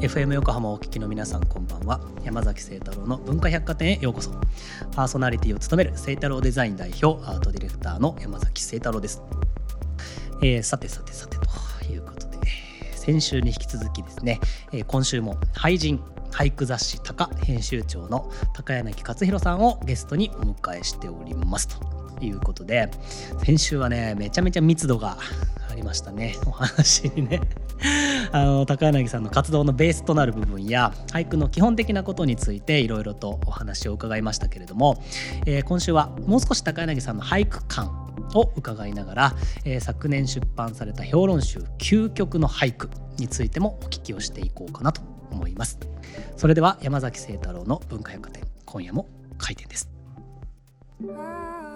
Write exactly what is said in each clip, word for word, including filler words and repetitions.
エフエム 横浜をお聞きの皆さん、こんばんは。山崎清太郎の文化百貨店へようこそ。パーソナリティを務める清太郎デザイン代表アートディレクターの山崎清太郎です。えー、さてさてさてということで、先週に引き続きですね、えー、今週も俳人俳句雑誌高編集長の高柳克弘さんをゲストにお迎えしておりますということで、先週はねめちゃめちゃ密度がありましたね。お話にねあの高柳さんの活動のベースとなる部分や俳句の基本的なことについていろいろとお話を伺いましたけれども、えー、今週はもう少し高柳さんの俳句観を伺いながら、えー、昨年出版された評論集究極の俳句についてもお聞きをしていこうかなと思います。それでは山崎清太郎の文化百貨店、今夜も開店です。 エフエム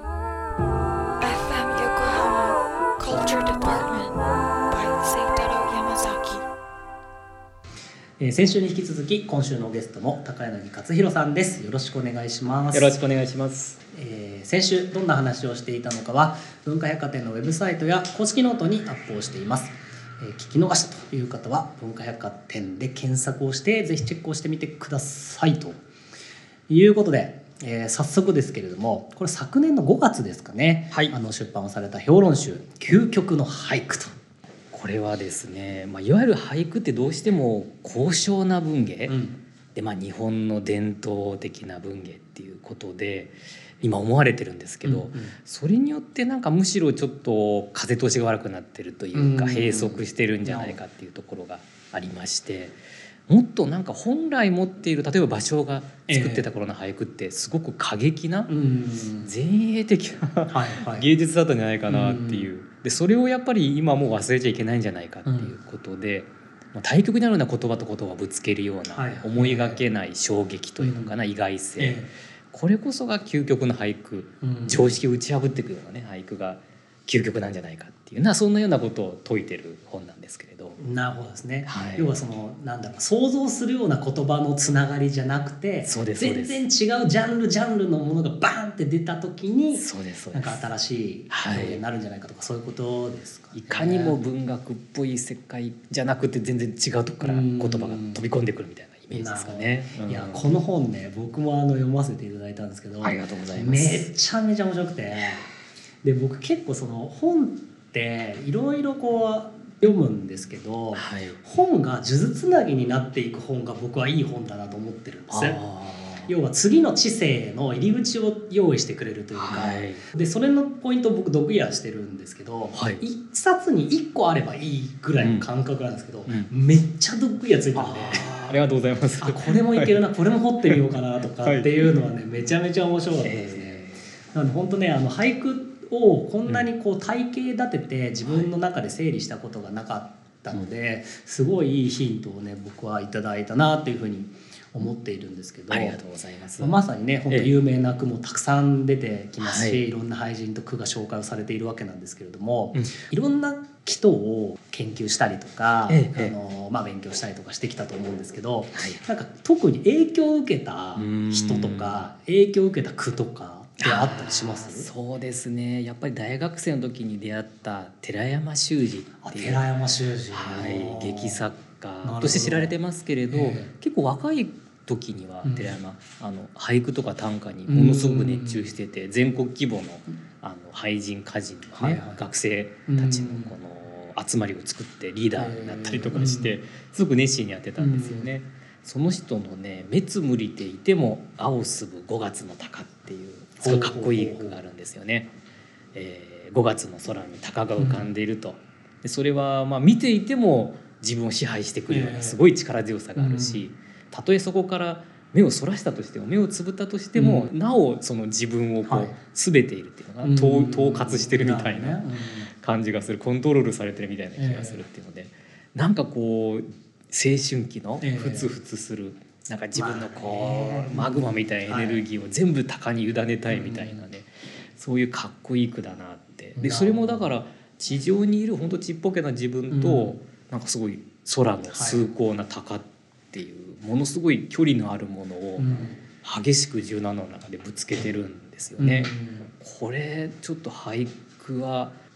横浜 Culture Department by 清太郎山崎。 えー、先週に引き続き今週のゲストも高柳克弘さんです。よろしくお願いします。 よろしくお願いします。 えー、先週どんな話をしていたのかは文化百貨店のウェブサイトや公式ノートにアップをしています。えー、聞き逃したという方は文化百貨店で検索をしてぜひチェックをしてみてくださいということで、えー、早速ですけれども、これ昨年のごがつですかね、はい、あの出版をされた評論集究極の俳句と。 これはですね、まあ、いわゆる俳句ってどうしても高尚な文芸、うん、で、まあ、日本の伝統的な文芸っていうことで今思われてるんですけど、うんうん、それによってなんかむしろちょっと風通しが悪くなってるというか、うんうん、閉塞してるんじゃないかっていうところがありまして、もっとなんか本来持っている、例えば芭蕉が作ってた頃の俳句ってすごく過激な、えー、前衛的な芸術だったんじゃないかなっていう、でそれをやっぱり今もう忘れちゃいけないんじゃないかっていうことで、うん、対極になるような言葉と言葉をぶつけるような、はい、思いがけない衝撃というのかな、うん、意外性、えー、これこそが究極の俳句、うん、常識を打ち破っていくようなね俳句が究極なんじゃないかっていうな、そんなようなことを説いてる本なんですけれど。 なるほどですね、はい、要はそのなんだろう、想像するような言葉のつながりじゃなくて、 そうですそうです、 全然違うジャンルジャンルのものがバーンって出た時に、 そうですそうです、 なんか新しい表現になるんじゃないかとか、はい、そういうことですかね。 いかにも文学っぽい世界じゃなくて全然違うとこから言葉が飛び込んでくるみたいなイメージですかね。 うん、いやこの本ね、僕もあの読ませていただいたんですけど、 ありがとうございます。 めちゃめちゃ面白くて、で僕結構その本っていろいろこう読むんですけど、はい、本が数珠つなぎになっていく本が僕はいい本だなと思ってるんです。要は次の知性の入り口を用意してくれるというか、はい、でそれのポイントを僕読やしてるんですけど、はい、いっさつにいっこあればいいぐらいの感覚なんですけど、うん、めっちゃ読やついたんで、 ありがとうございます。 あこれもいけるな、はい、これも掘ってみようかなとかっていうのはね、めちゃめちゃ面白かったですね。えー、なので本当ね、あの俳句をこんなにこう体系立てて自分の中で整理したことがなかったので、すごいいいヒントをね僕はいただいたなっていうふうに思っているんですけど、 ありがとうございます。 まさにね本当有名な句もたくさん出てきますし、ええ、いろんな俳人と句が紹介をされているわけなんですけれども、うん、いろんな人を研究したりとか、ええ、あのまあ、勉強したりとかしてきたと思うんですけど、はい、なんか特に影響を受けた人とか影響を受けた句とかってあったりします？ そうですね、やっぱり大学生の時に出会った寺山修司っていう、 寺山修司、 はい、劇作家として知られてますけれど、えー、結構若い時には寺山、うん、あの俳句とか短歌にものすごく熱中してて、全国規模の、あの俳人歌人の、ね、はいはい、学生たちのこの集まりを作ってリーダーになったりとかして、すごく熱心にやってたんですよね。その人のね、目つむりていても青すぶごがつの鷹っていうすごいかっこいい句があるんですよね。えー、ごがつの空に鷹が浮かんでいると、でそれはまあ見ていても自分を支配してくるようなすごい力強さがあるし、たとえそこから目をそらしたとしても、目をつぶったとしても、なおその自分をこう全ているっていうのが統括してるみたいな感じがする、コントロールされてるみたいな気がするっていうので、なんかこう青春期のふつふつする、なんか自分のこうマグマみたいなエネルギーを全部鷹に委ねたいみたいなね、そういうかっこいい句だなって。でそれもだから地上にいる本当ちっぽけな自分と、なんかすごい空の崇高な鷹っていうものすごい距離のあるものを激しくじゅうななの中でぶつけてるんですよね。これちょっと俳句は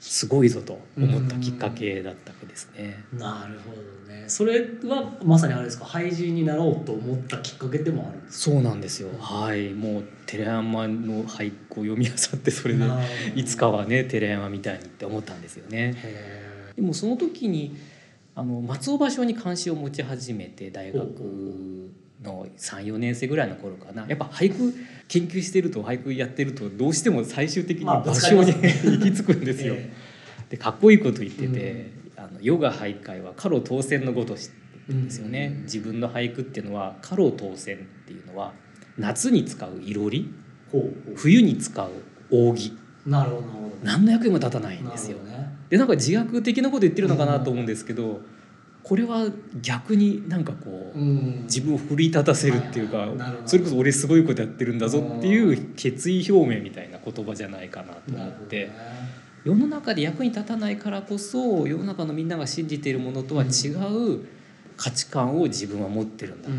すごいぞと思ったきっかけだったわけですね。 なるほどね。それはまさにあれですか、俳人になろうと思ったきっかけでもあるんですか？ そうなんですよ、はい。もう寺山の俳句を読み漁ってそれでいつかはね寺山みたいにって思ったんですよね。 へでもその時にあの松尾芭蕉に関心を持ち始めて大学のさん、よねん生ぐらいの頃かな。やっぱ俳句研究してると俳句やってるとどうしても最終的に芭蕉に行き着くんですよ。でかっこいいこと言ってて、うん、あの世が俳諧は家老当選のごとしって言うんですよね、うん、自分の俳句っていうのは家老当選っていうのは夏に使ういろり、冬に使う扇、 なるほど何の役にも立たないんですよ、ね、でなんか自虐的なこと言ってるのかなと思うんですけど、うん、これは逆になんかこう、うん、自分を奮い立たせるっていうか、それこそ俺すごいことやってるんだぞっていう決意表明みたいな言葉じゃないかなと思って、世の中で役に立たないからこそ世の中のみんなが信じているものとは違う価値観を自分は持ってるんだと、うん、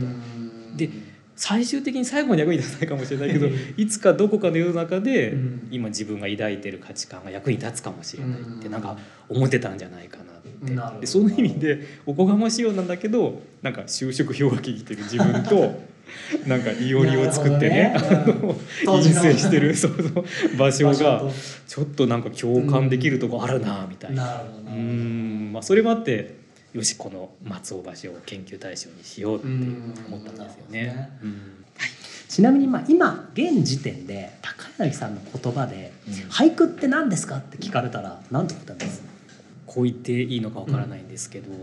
で最終的に最後に役に立たないかもしれないけどいつかどこかの世の中で、うん、今自分が抱いている価値観が役に立つかもしれないってなんか思ってたんじゃないかなって、でその意味でおこがましいようなんだけどなんか就職氷河期生きてる自分となんかいおりを作ってね陰性してるそうそう場所がちょっとなんか共感できるとこあるなみたいな、うん、まあそれもあってよしこの松尾芭蕉を研究対象にしようって思ったんですよね。うんうん、 ちなみにまあ今現時点で高柳さんの言葉で、うん、俳句って何ですかって聞かれたら何と答えます？ こう言っていいのかわからないんですけど、うん、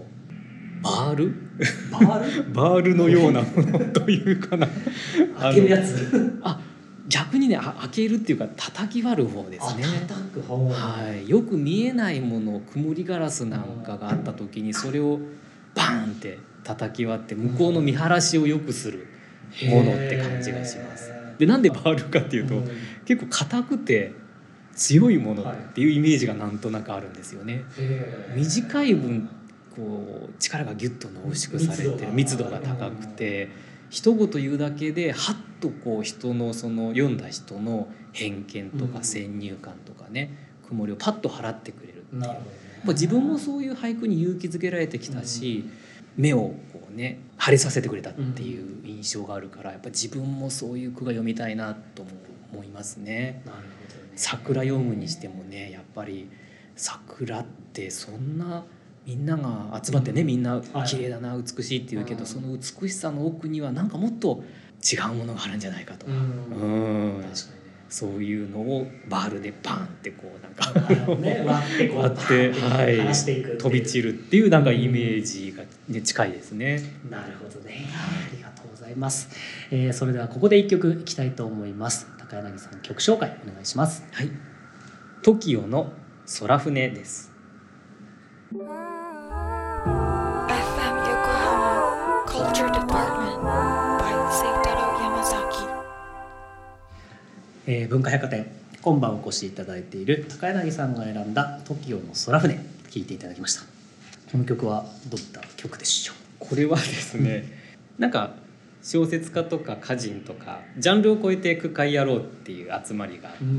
バールバールバールのようなものというかな開けるやつあ逆にね開けるっていうか叩き割る方ですね。 叩く方、 はい、よく見えないもの曇りガラスなんかがあった時にそれをバーンって叩き割って向こうの見晴らしを良くするものって感じがします。でなんでバールかっていうと、うん、結構硬くて強いものっていうイメージがなんとなくあるんですよね。短い分こう力がギュッと濃縮されて密度が高くて一言言うだけでハッとこう人のその読んだ人の偏見とか先入観とかね、曇りをパッと払ってくれるっていう。なるほどね。自分もそういう俳句に勇気づけられてきたし、目をこうね晴れさせてくれたっていう印象があるから、やっぱ自分もそういう句が読みたいなと思いますね。なるほどね。桜読むにしてもね、やっぱり桜ってそんなみんなが集まってね、みんな綺麗だな、美しいって言うけど、その美しさの奥にはなんかもっと違うものがあるんじゃないかとか、うん、確かにね、そういうのをバールでバンってこうなんかね、割ってこう割って離していく、はい、飛び散るっていうなんかイメージが、ね、近いですね。 なるほどね、ありがとうございます。えー、それではここで一曲いきたいと思います。高柳さん、曲紹介お願いします。 はい、トキオの空船です。 エフエム Yokohama Culture Department by セイタロー山崎。 えー、文化百貨店今晩お越しいただいている高柳さんが選んだ トキオの空船、聴いていただきました。この曲はどういった曲でしょう？ これはですね、うん、なんか小説家とか歌人とかジャンルを超えて句会やろうっていう集まりがあって、うん、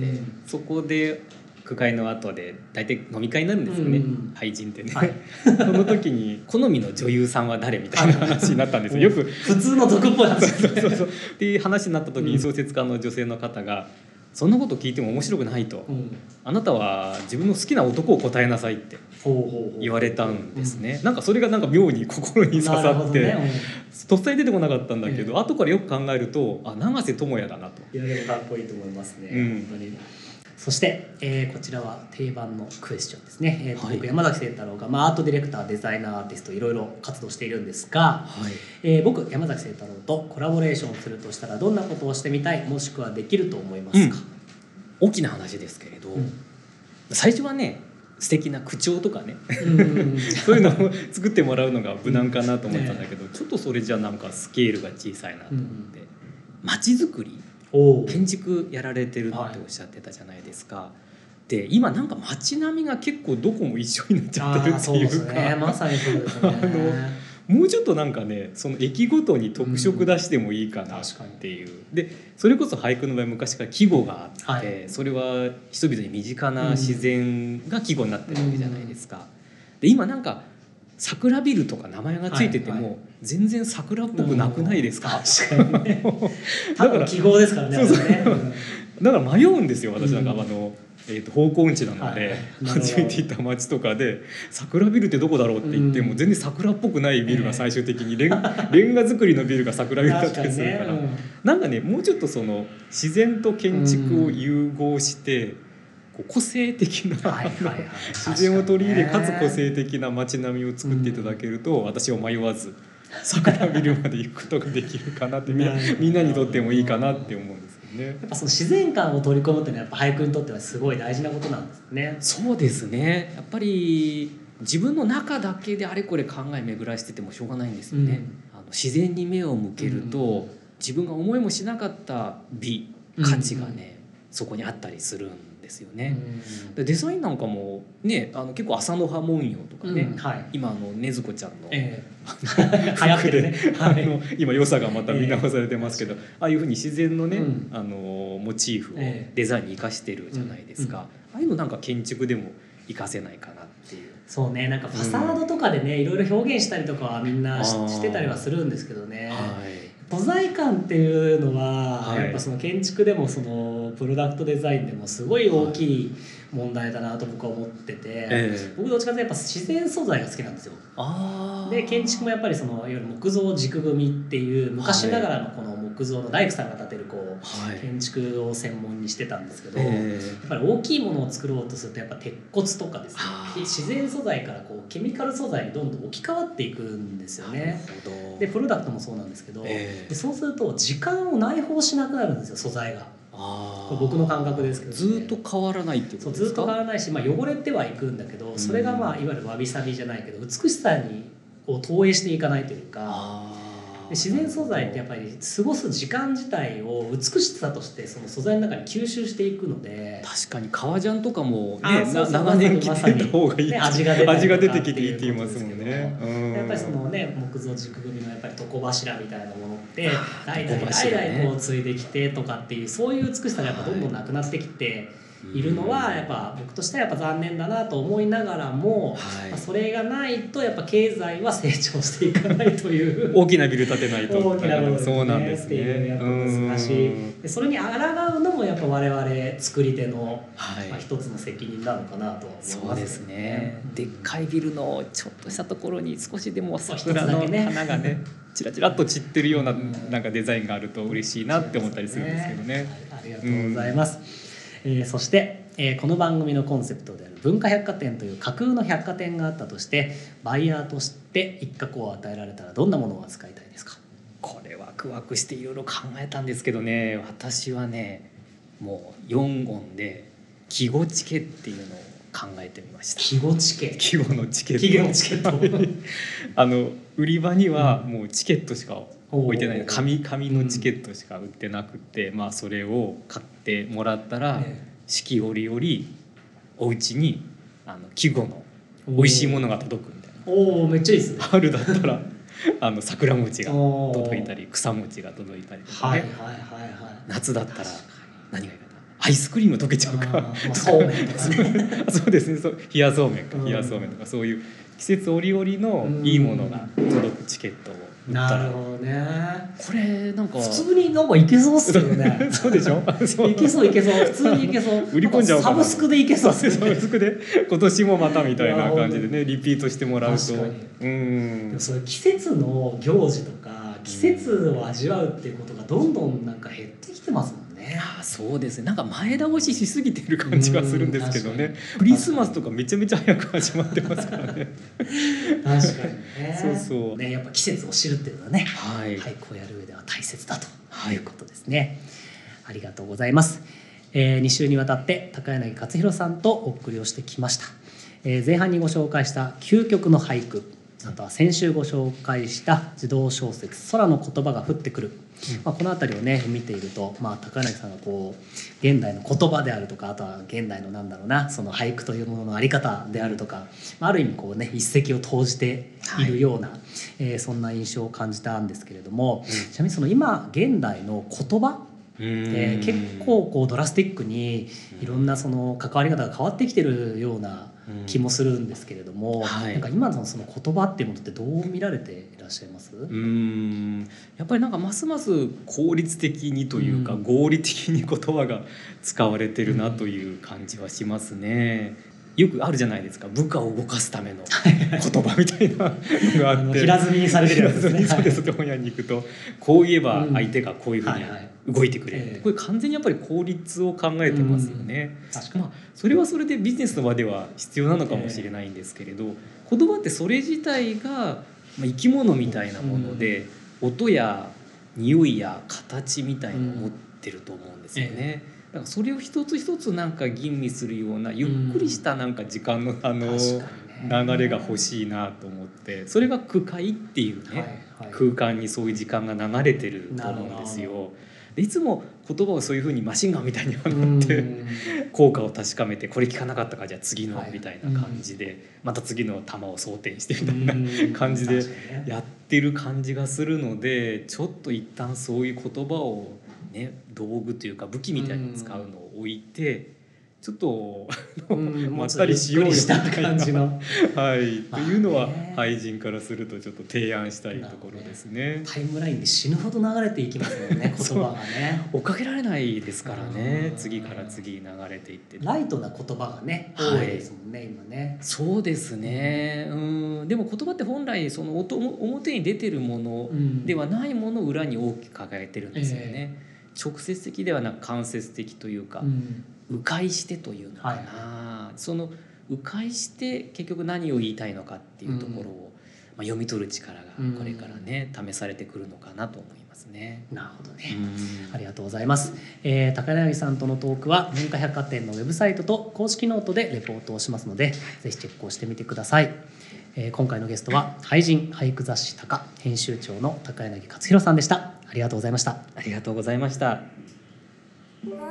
そこで句会の後で大体飲み会になるんですよね、うん、俳人ってね、はい、その時に好みの女優さんは誰みたいな話になったんですよ。よく普通の俗っぽい話ですね。 そうそうそうっていう話になった時に小説家の女性の方が、そんなこと聞いても面白くないと、うん、あなたは自分の好きな男を答えなさいって言われたんですね。なんかそれがなんか妙に心に刺さって、ね、うん、とっさに出てこなかったんだけど、えー、後からよく考えるとあ永瀬智也だなと。 いやでもかっこいいと思いますね、うん、本当に。そして、えー、こちらは定番のクエスチョンですね、えーとはい、僕山崎晴太郎が、まあ、アートディレクター、デザイナー、アーティストいろいろ活動しているんですが、はい、えー、僕山崎晴太郎とコラボレーションするとしたらどんなことをしてみたい、もしくはできると思いますか？ うん、大きな話ですけれど、うん、最初はね素敵な口調とかねそういうのを作ってもらうのが無難かなと思ったんだけど、ね、ちょっとそれじゃなんかスケールが小さいなと思って、街づくり建築やられてるっておっしゃってたじゃないですか、はい、で今なんか街並みが結構どこも一緒になっちゃってるっていうか、 あ、そうですね、まさにそうですね。 あのもうちょっとなんかねその駅ごとに特色出してもいいかなっていう、うん、でそれこそ俳句の場合昔から季語があって、はい、それは人々に身近な自然が季語になってるわけじゃないですか、うん、で今なんか桜ビルとか名前がついてても、はいはい、全然桜っぽくなくないですか、 うん、確かにね多分記号ですからね。そうそうね、 うん、だから迷うんですよ私なんか、うん、あのえー、と方向音痴なので、はい、初めて行った街とかで桜ビルってどこだろうって言っても、うん、全然桜っぽくないビルが最終的にレン、えー、レンガ作りのビルが桜ビルだったりするから、ね、うん、なんかねもうちょっとその自然と建築を融合して、うん、こう個性的な、はいはいはい、自然を取り入れかつ個性的な街並みを作っていただけると、うん、私は迷わず桜ビルまで行くことができるかなってみんな、みんなにとってもいいかなって思うんですよね。 やっぱその自然観を取り込むっていうのはやっぱ俳句にとってはすごい大事なことなんですね。 そうですね。やっぱり自分の中だけであれこれ考え巡らしててもしょうがないんですよね、うん、あの自然に目を向けると、うん、自分が思いもしなかった美価値がね、うん、そこにあったりするんですよね、うん、でデザインなんかもねあの結構麻の葉文様とかね、うん、はい、今あのねずこちゃんの、えー、服で、ね、はい、あの今良さがまた見直されてますけど、えー、ああいうふうに自然のね、うん、あのモチーフをデザインに生かしてるじゃないですか、えーうん、ああいうのなんか建築でも活かせないかなっていう。 そうね、なんかファサードとかでね、うん、いろいろ表現したりとかはみんな し, してたりはするんですけどね、はい、素材感っていうのは、はい、やっぱその建築でもそのプロダクトデザインでもすごい大きい問題だなと僕は思ってて、えー、僕どっちかというとやっぱ自然素材が好きなんですよ。あで建築もやっぱりそのいわゆる木造軸組みっていう昔ながらのこの木造の大工さんが建てるこう、はい、建築を専門にしてたんですけど、えー、やっぱり大きいものを作ろうとするとやっぱ鉄骨とかですね、自然素材からこうケミカル素材にどんどん置き換わっていくんですよね。でプロダクトもそうなんですけど、えー、でそうすると時間を内包しなくなるんですよ、素材が。あこれ僕の感覚ですけど、ね、 ずっと変わらないっていうことですか。 そうずっと変わらないし、まあ、汚れてはいくんだけど、それがまあいわゆるわびさびじゃないけど美しさにを投影していかないというか、で自然素材ってやっぱり過ごす時間自体を美しさとしてその素材の中に吸収していくので、 確かに革ジャンとかも、ね、そうそう長年着てた方がいい、ね、味が出てきていいって言いますもんね。 やっぱりそのね木造軸組みのやっぱり床柱みたいなものって代々代々こう継いできてとかっていうそういう美しさがやっぱどんどんなくなってきているのはやっぱ僕としてはやっぱ残念だなと思いながらも、はいまあ、それがないとやっぱ経済は成長していかないという大きなビル建てないと大きなビルですね、そうなんですねっていうやっぱ難しいで、それに抗うのもやっぱ我々作り手の、はいまあ、一つの責任なのかなとは思います、ね、 そうですね、うん、でっかいビルのちょっとしたところに少しでも桜の花がねチラチラっと散ってるような、なんかデザインがあると嬉しいなって思ったりするんですけどね、 はい、ありがとうございます、うんえー、そして、えー、この番組のコンセプトである文化百貨店という架空の百貨店があったとしてバイヤーとして一角を与えられたらどんなものを扱いたいですか。 これワクワクしていろいろ考えたんですけどね、私はねもうよん音で季語チケっていうのを考えてみました。 季語チケ季語のチケット季語のチケットあの売り場にはもうチケットしか置いてない、紙紙のチケットしか売ってなくて、うんまあ、それを買ってもらったら、ええ、四季折々お家にあの季語の美味しいものが届くみたいな。 おおめっちゃいいですね。 春だったらあの桜餅が届いたり草餅が届いたりとかね、はいはいはいはい、夏だったら何がいいかな、アイスクリーム溶けちゃうか、まあ、そうめんとかねそうですね、そう冷やそうめんか冷やそうめんとか、そういう季節折々のいいものが届くチケットを売ったら、 なるほどね、 これなんか普通になんかいけそうっすよねそうでしょいけそういけそう普通にいけそう売り込んじゃうかな、 サブスクでいけそうっすね、 サブスクで今年もまたみたいな感じでねリピートしてもらうと、確かに、うん、 でもそういう季節の行事とか季節を味わうっていうことがどんどんなんか減ってきてますもんね。 あ、そうですね、なんか前倒ししすぎてる感じがするんですけどね、クリスマスとかめちゃめちゃ早く始まってますからね確かにねそうそうね、やっぱ季節を知るっていうのはね、 はい、 俳句をやる上では大切だということですね、はい、ありがとうございます、えー、に週にわたって高柳克弘さんとお送りをしてきました、えー、前半にご紹介した究極の俳句、 あとは先週ご紹介した児童小説「空の言葉が降ってくる」、うんまあ、この辺りをね見ていると、まあ、高柳さんがこう現代の言葉であるとか、あとは現代のなんだろうなその俳句というもののあり方であるとか、ある意味こうね一石を投じているような、はいえー、そんな印象を感じたんですけれども、うん、ちなみにその今現代の言葉で結構こうドラスティックにいろんなその関わり方が変わってきてるような気もするんですけれども、はい、なんか今のその言葉っていうものってどう見られていらっしゃいます？ うーんやっぱりなんかますます効率的にというか、うん、合理的に言葉が使われてるなという感じはしますね。よくあるじゃないですか、部下を動かすための言葉みたいなのがあって平積みにされてるやつですね。 そうです、本屋に行くとこう言えば相手がこういうふうに動いてくれる、うんはいはい、これ完全にやっぱり効率を考えてますよね、うん、確かに、まあ、それはそれでビジネスの場では必要なのかもしれないんですけれど、言葉ってそれ自体が生き物みたいなもので、うん、音や匂いや形みたいなのを持ってると思うんですよね、うんええだからそれを一つ一つなんか吟味するようなゆっくりしたなんか時間のあの流れが欲しいなと思って、それが句会っていうね空間にそういう時間が流れてると思うんですよ。でいつも言葉をそういうふうにマシンガンみたいに放って効果を確かめて、これ聞かなかったからじゃあ次のみたいな感じでまた次の球を装填してみたいな感じでやってる感じがするので、ちょっと一旦そういう言葉をね、道具というか武器みたいに使うのを置いて、ちょっとまったりしようよした感じの、はい、というのは俳人からするとちょっと提案したいところですね。 タイムラインで死ぬほど流れていきますもんね言葉がね追っかけられないですからね、次から次流れていって、 ライトな言葉がね多いですもんね、はい、今ね。 そうですね、うん、でも言葉って本来その表に出てるものではないものを裏に大きく輝いてるんですよね、えー直接的ではなく間接的というか、うん、迂回してというのかな、はい、その迂回して結局何を言いたいのかっていうところを、うんまあ、読み取る力がこれからね、うん、試されてくるのかなと思いますね。 なるほどね、うん、ありがとうございます、えー、高柳さんとのトークは文化百貨店のウェブサイトと公式ノートでレポートをしますので、ぜひチェックをしてみてください。えー、今回のゲストは俳人俳句雑誌高編集長の高柳克弘さんでした。ありがとうございました。 ありがとうございました。 エフエム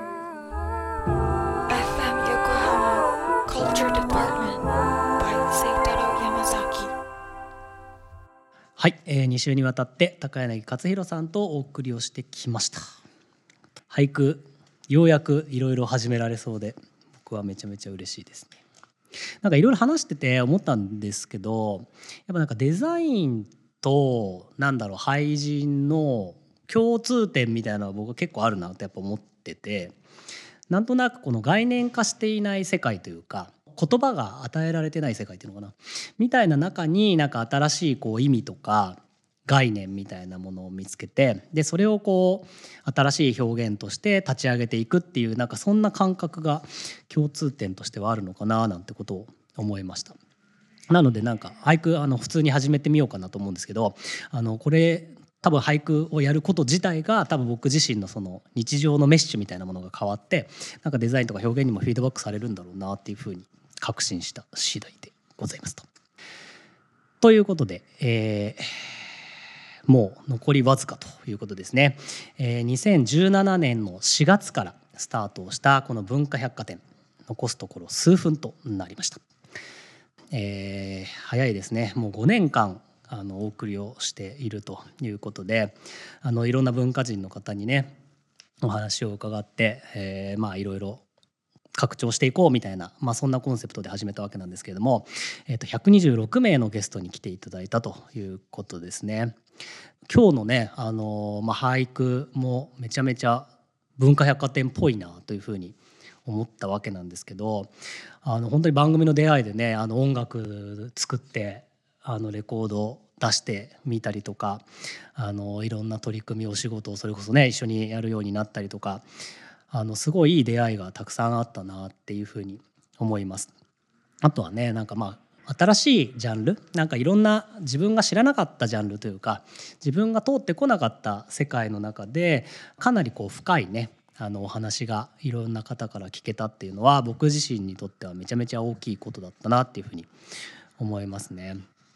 Yokohama Culture Department by Seitaro Yamazaki。 はい、えー、に週にわたって高柳克弘さんとお送りをしてきました。俳句ようやくいろいろ始められそうで、僕はめちゃめちゃ嬉しいですね。なんかいろいろ話してて思ったんですけど、やっぱなんかデザインとなんだろう俳人の共通点みたいなのは僕は結構あるなってやっぱ思ってて、なんとなくこの概念化していない世界というか言葉が与えられてない世界っていうのかなみたいな中に、なんか新しいこう意味とか概念みたいなものを見つけて、でそれをこう新しい表現として立ち上げていくっていう、なんかそんな感覚が共通点としてはあるのかななんてことを思いました。なのでなんか俳句あの普通に始めてみようかなと思うんですけど、あのこれ多分俳句をやること自体が多分僕自身のその日常のメッシュみたいなものが変わって、なんかデザインとか表現にもフィードバックされるんだろうなっていうふうに確信した次第でございますと。ということで、えーもう残りわずかということですね、えー、にせんじゅうななねんのしがつからスタートをしたこの文化百貨店、残すところ数分となりました、えー、早いですね。もうごねんかんあのお送りをしているということで、あのいろんな文化人の方にねお話を伺って、えー、まあいろいろ拡張していこうみたいな、まあ、そんなコンセプトで始めたわけなんですけれども、えー、とひゃくにじゅうろくめいのゲストに来ていただいたということですね。今日のね、あのーまあ、俳句もめちゃめちゃ文化百貨店っぽいなというふうに思ったわけなんですけど、あの本当に番組の出会いでね、あの音楽作ってあのレコード出してみたりとか、あのいろんな取り組みお仕事をそれこそね一緒にやるようになったりとか、あのすごいいい出会いがたくさんあったなっていうふうに思います。あとはね、なんかまあ新しいジャンル、なんかいろんな自分が知らなかったジャンルというか、自分が通ってこなかった世界の中でかなりこう深いねあのお話がいろんな方から聞けたっていうのは、僕自身にとってはめちゃめちゃ大きいことだったなっていうふうに思いますね。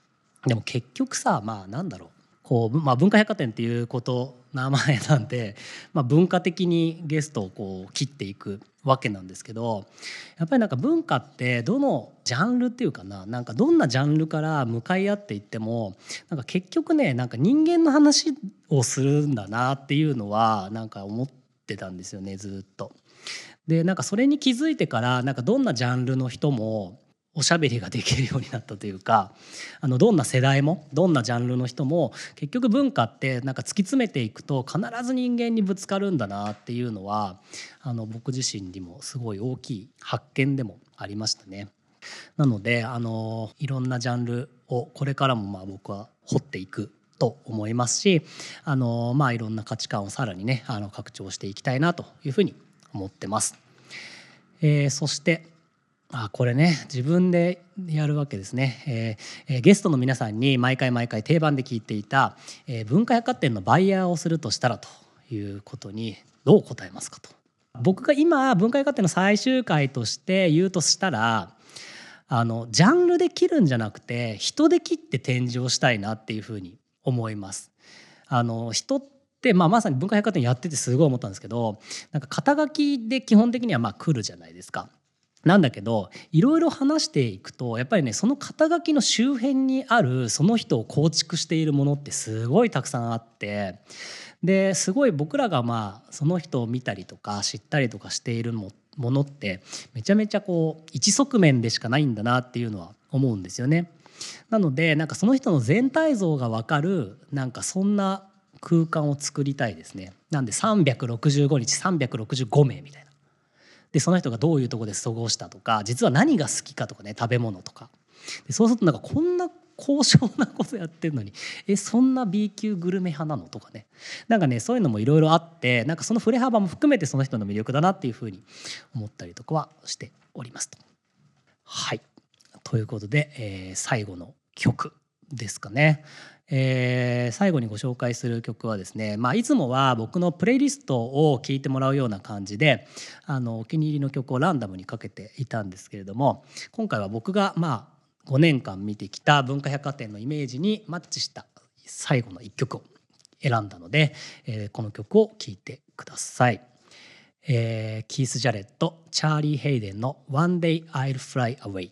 でも結局さ、まあなんだろう、こう、まあ、文化百貨店っていうこと名前なんで、まあ、文化的にゲストをこう切っていくわけなんですけど、やっぱりなんか文化ってどのジャンルっていうかな、なんかどんなジャンルから向かい合っていってもなんか結局ね、なんか人間の話をするんだなっていうのはなんか思ってたんですよね、ずっと。でなんかそれに気づいてから、なんかどんなジャンルの人もおしゃべりができるようになったというか、あのどんな世代もどんなジャンルの人も結局文化ってなんか突き詰めていくと必ず人間にぶつかるんだなっていうのは、あの僕自身にもすごい大きい発見でもありましたね。なのであのいろんなジャンルをこれからもまあ僕は掘っていくと思いますし、あのまあいろんな価値観をさらにね、あの拡張していきたいなというふうに思ってます。えー、そしてあこれね、自分でやるわけですね。えーえーゲストの皆さんに毎回毎回定番で聞いていた、えー文化百貨店のバイヤーをするとしたらということにどう答えますかと。僕が今文化百貨店の最終回として言うとしたら、あのジャンルで切るんじゃなくて人で切って展示をしたいなっていうふうに思います。あの人って、まあ、まさに文化百貨店やっててすごい思ったんですけど、なんか肩書きで基本的にはまあ来るじゃないですか。なんだけどいろいろ話していくとやっぱりね、その肩書きの周辺にあるその人を構築しているものってすごいたくさんあって、ですごい僕らがまあその人を見たりとか知ったりとかしているもものってめちゃめちゃこう一側面でしかないんだなっていうのは思うんですよね。なのでなんかその人の全体像が分かる、なんかそんな空間を作りたいですね。なんでさんびゃくろくじゅうごにちさんびゃくろくじゅうごめいみたいな。でその人がどういうところで過ごしたとか、実は何が好きかとかね、食べ物とかで、そうするとなんかこんな高尚なことやってるのにえそんな B 級グルメ派なのとかね、なんかねそういうのもいろいろあって、なんかその振れ幅も含めてその人の魅力だなっていうふうに思ったりとかはしておりますと。はい、ということで、えー最後の曲ですかね。えー最後にご紹介する曲はですね、まあ、いつもは僕のプレイリストを聴いてもらうような感じで、あのお気に入りの曲をランダムにかけていたんですけれども、今回は僕がまあごねんかん見てきた文化百貨店のイメージにマッチした最後のいっきょくを選んだので、えーこの曲を聴いてください。えーキース・ジャレット、チャーリー・ヘイデンの One Day I'll Fly Away。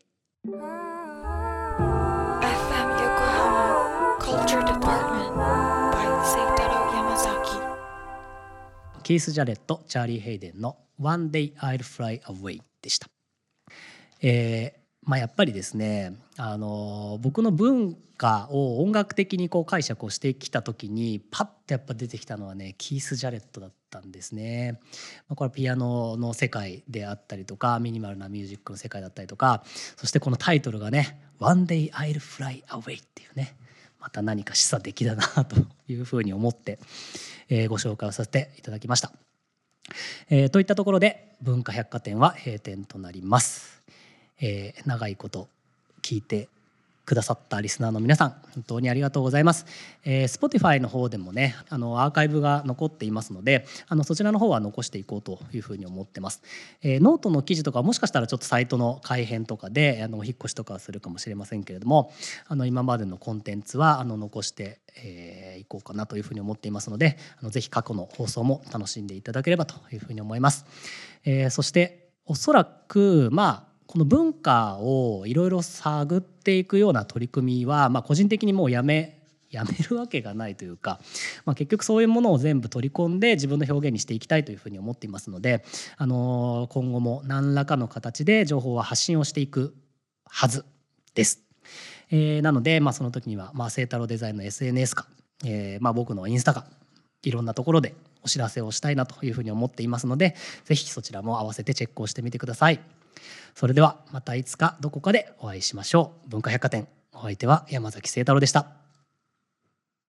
エフエム Yokohama Culture Department by Seitaro Yamazaki。 キース・ジャレット、チャーリー・ヘイデンの One Day I'll Fly Away でした。えーまあ、やっぱりですね、あの僕の文化を音楽的にこう解釈をしてきた時にパッとやっぱ出てきたのはね、キース・ジャレットだったんですね。まあ、これはピアノの世界であったりとかミニマルなミュージックの世界だったりとか、そしてこのタイトルがね One Day I'll Fly Away っていうね、また何か示唆的だなというふうに思って、えーご紹介をさせていただきました。えーといったところで文化百貨店は閉店となります。えー長いこと聞いてくださったリスナーの皆さん、本当にありがとうございます。えー、Spotify の方でもね、あのアーカイブが残っていますので、あのそちらの方は残していこうというふうに思ってます。えー、ノートの記事とかもしかしたらちょっとサイトの改編とかであのお引っ越しとかはするかもしれませんけれども、あの今までのコンテンツはあの残してい、えー、こうかなというふうに思っていますので、あのぜひ過去の放送も楽しんでいただければというふうに思います。えー、そしておそらくまあこの文化をいろいろ探っていくような取り組みは、まあ、個人的にもうやめやめるわけがないというか、まあ、結局そういうものを全部取り込んで自分の表現にしていきたいというふうに思っていますので、あのー今後も何らかの形で情報は発信をしていくはずです。えーなので、まあ、その時には、まあ、清太郎デザインの エスエヌエス か、えーまあ、僕のインスタかいろんなところでお知らせをしたいなというふうに思っていますので、ぜひそちらも合わせてチェックをしてみてください。それではまたいつかどこかでお会いしましょう。文化百貨店、お相手は山崎清太郎でした。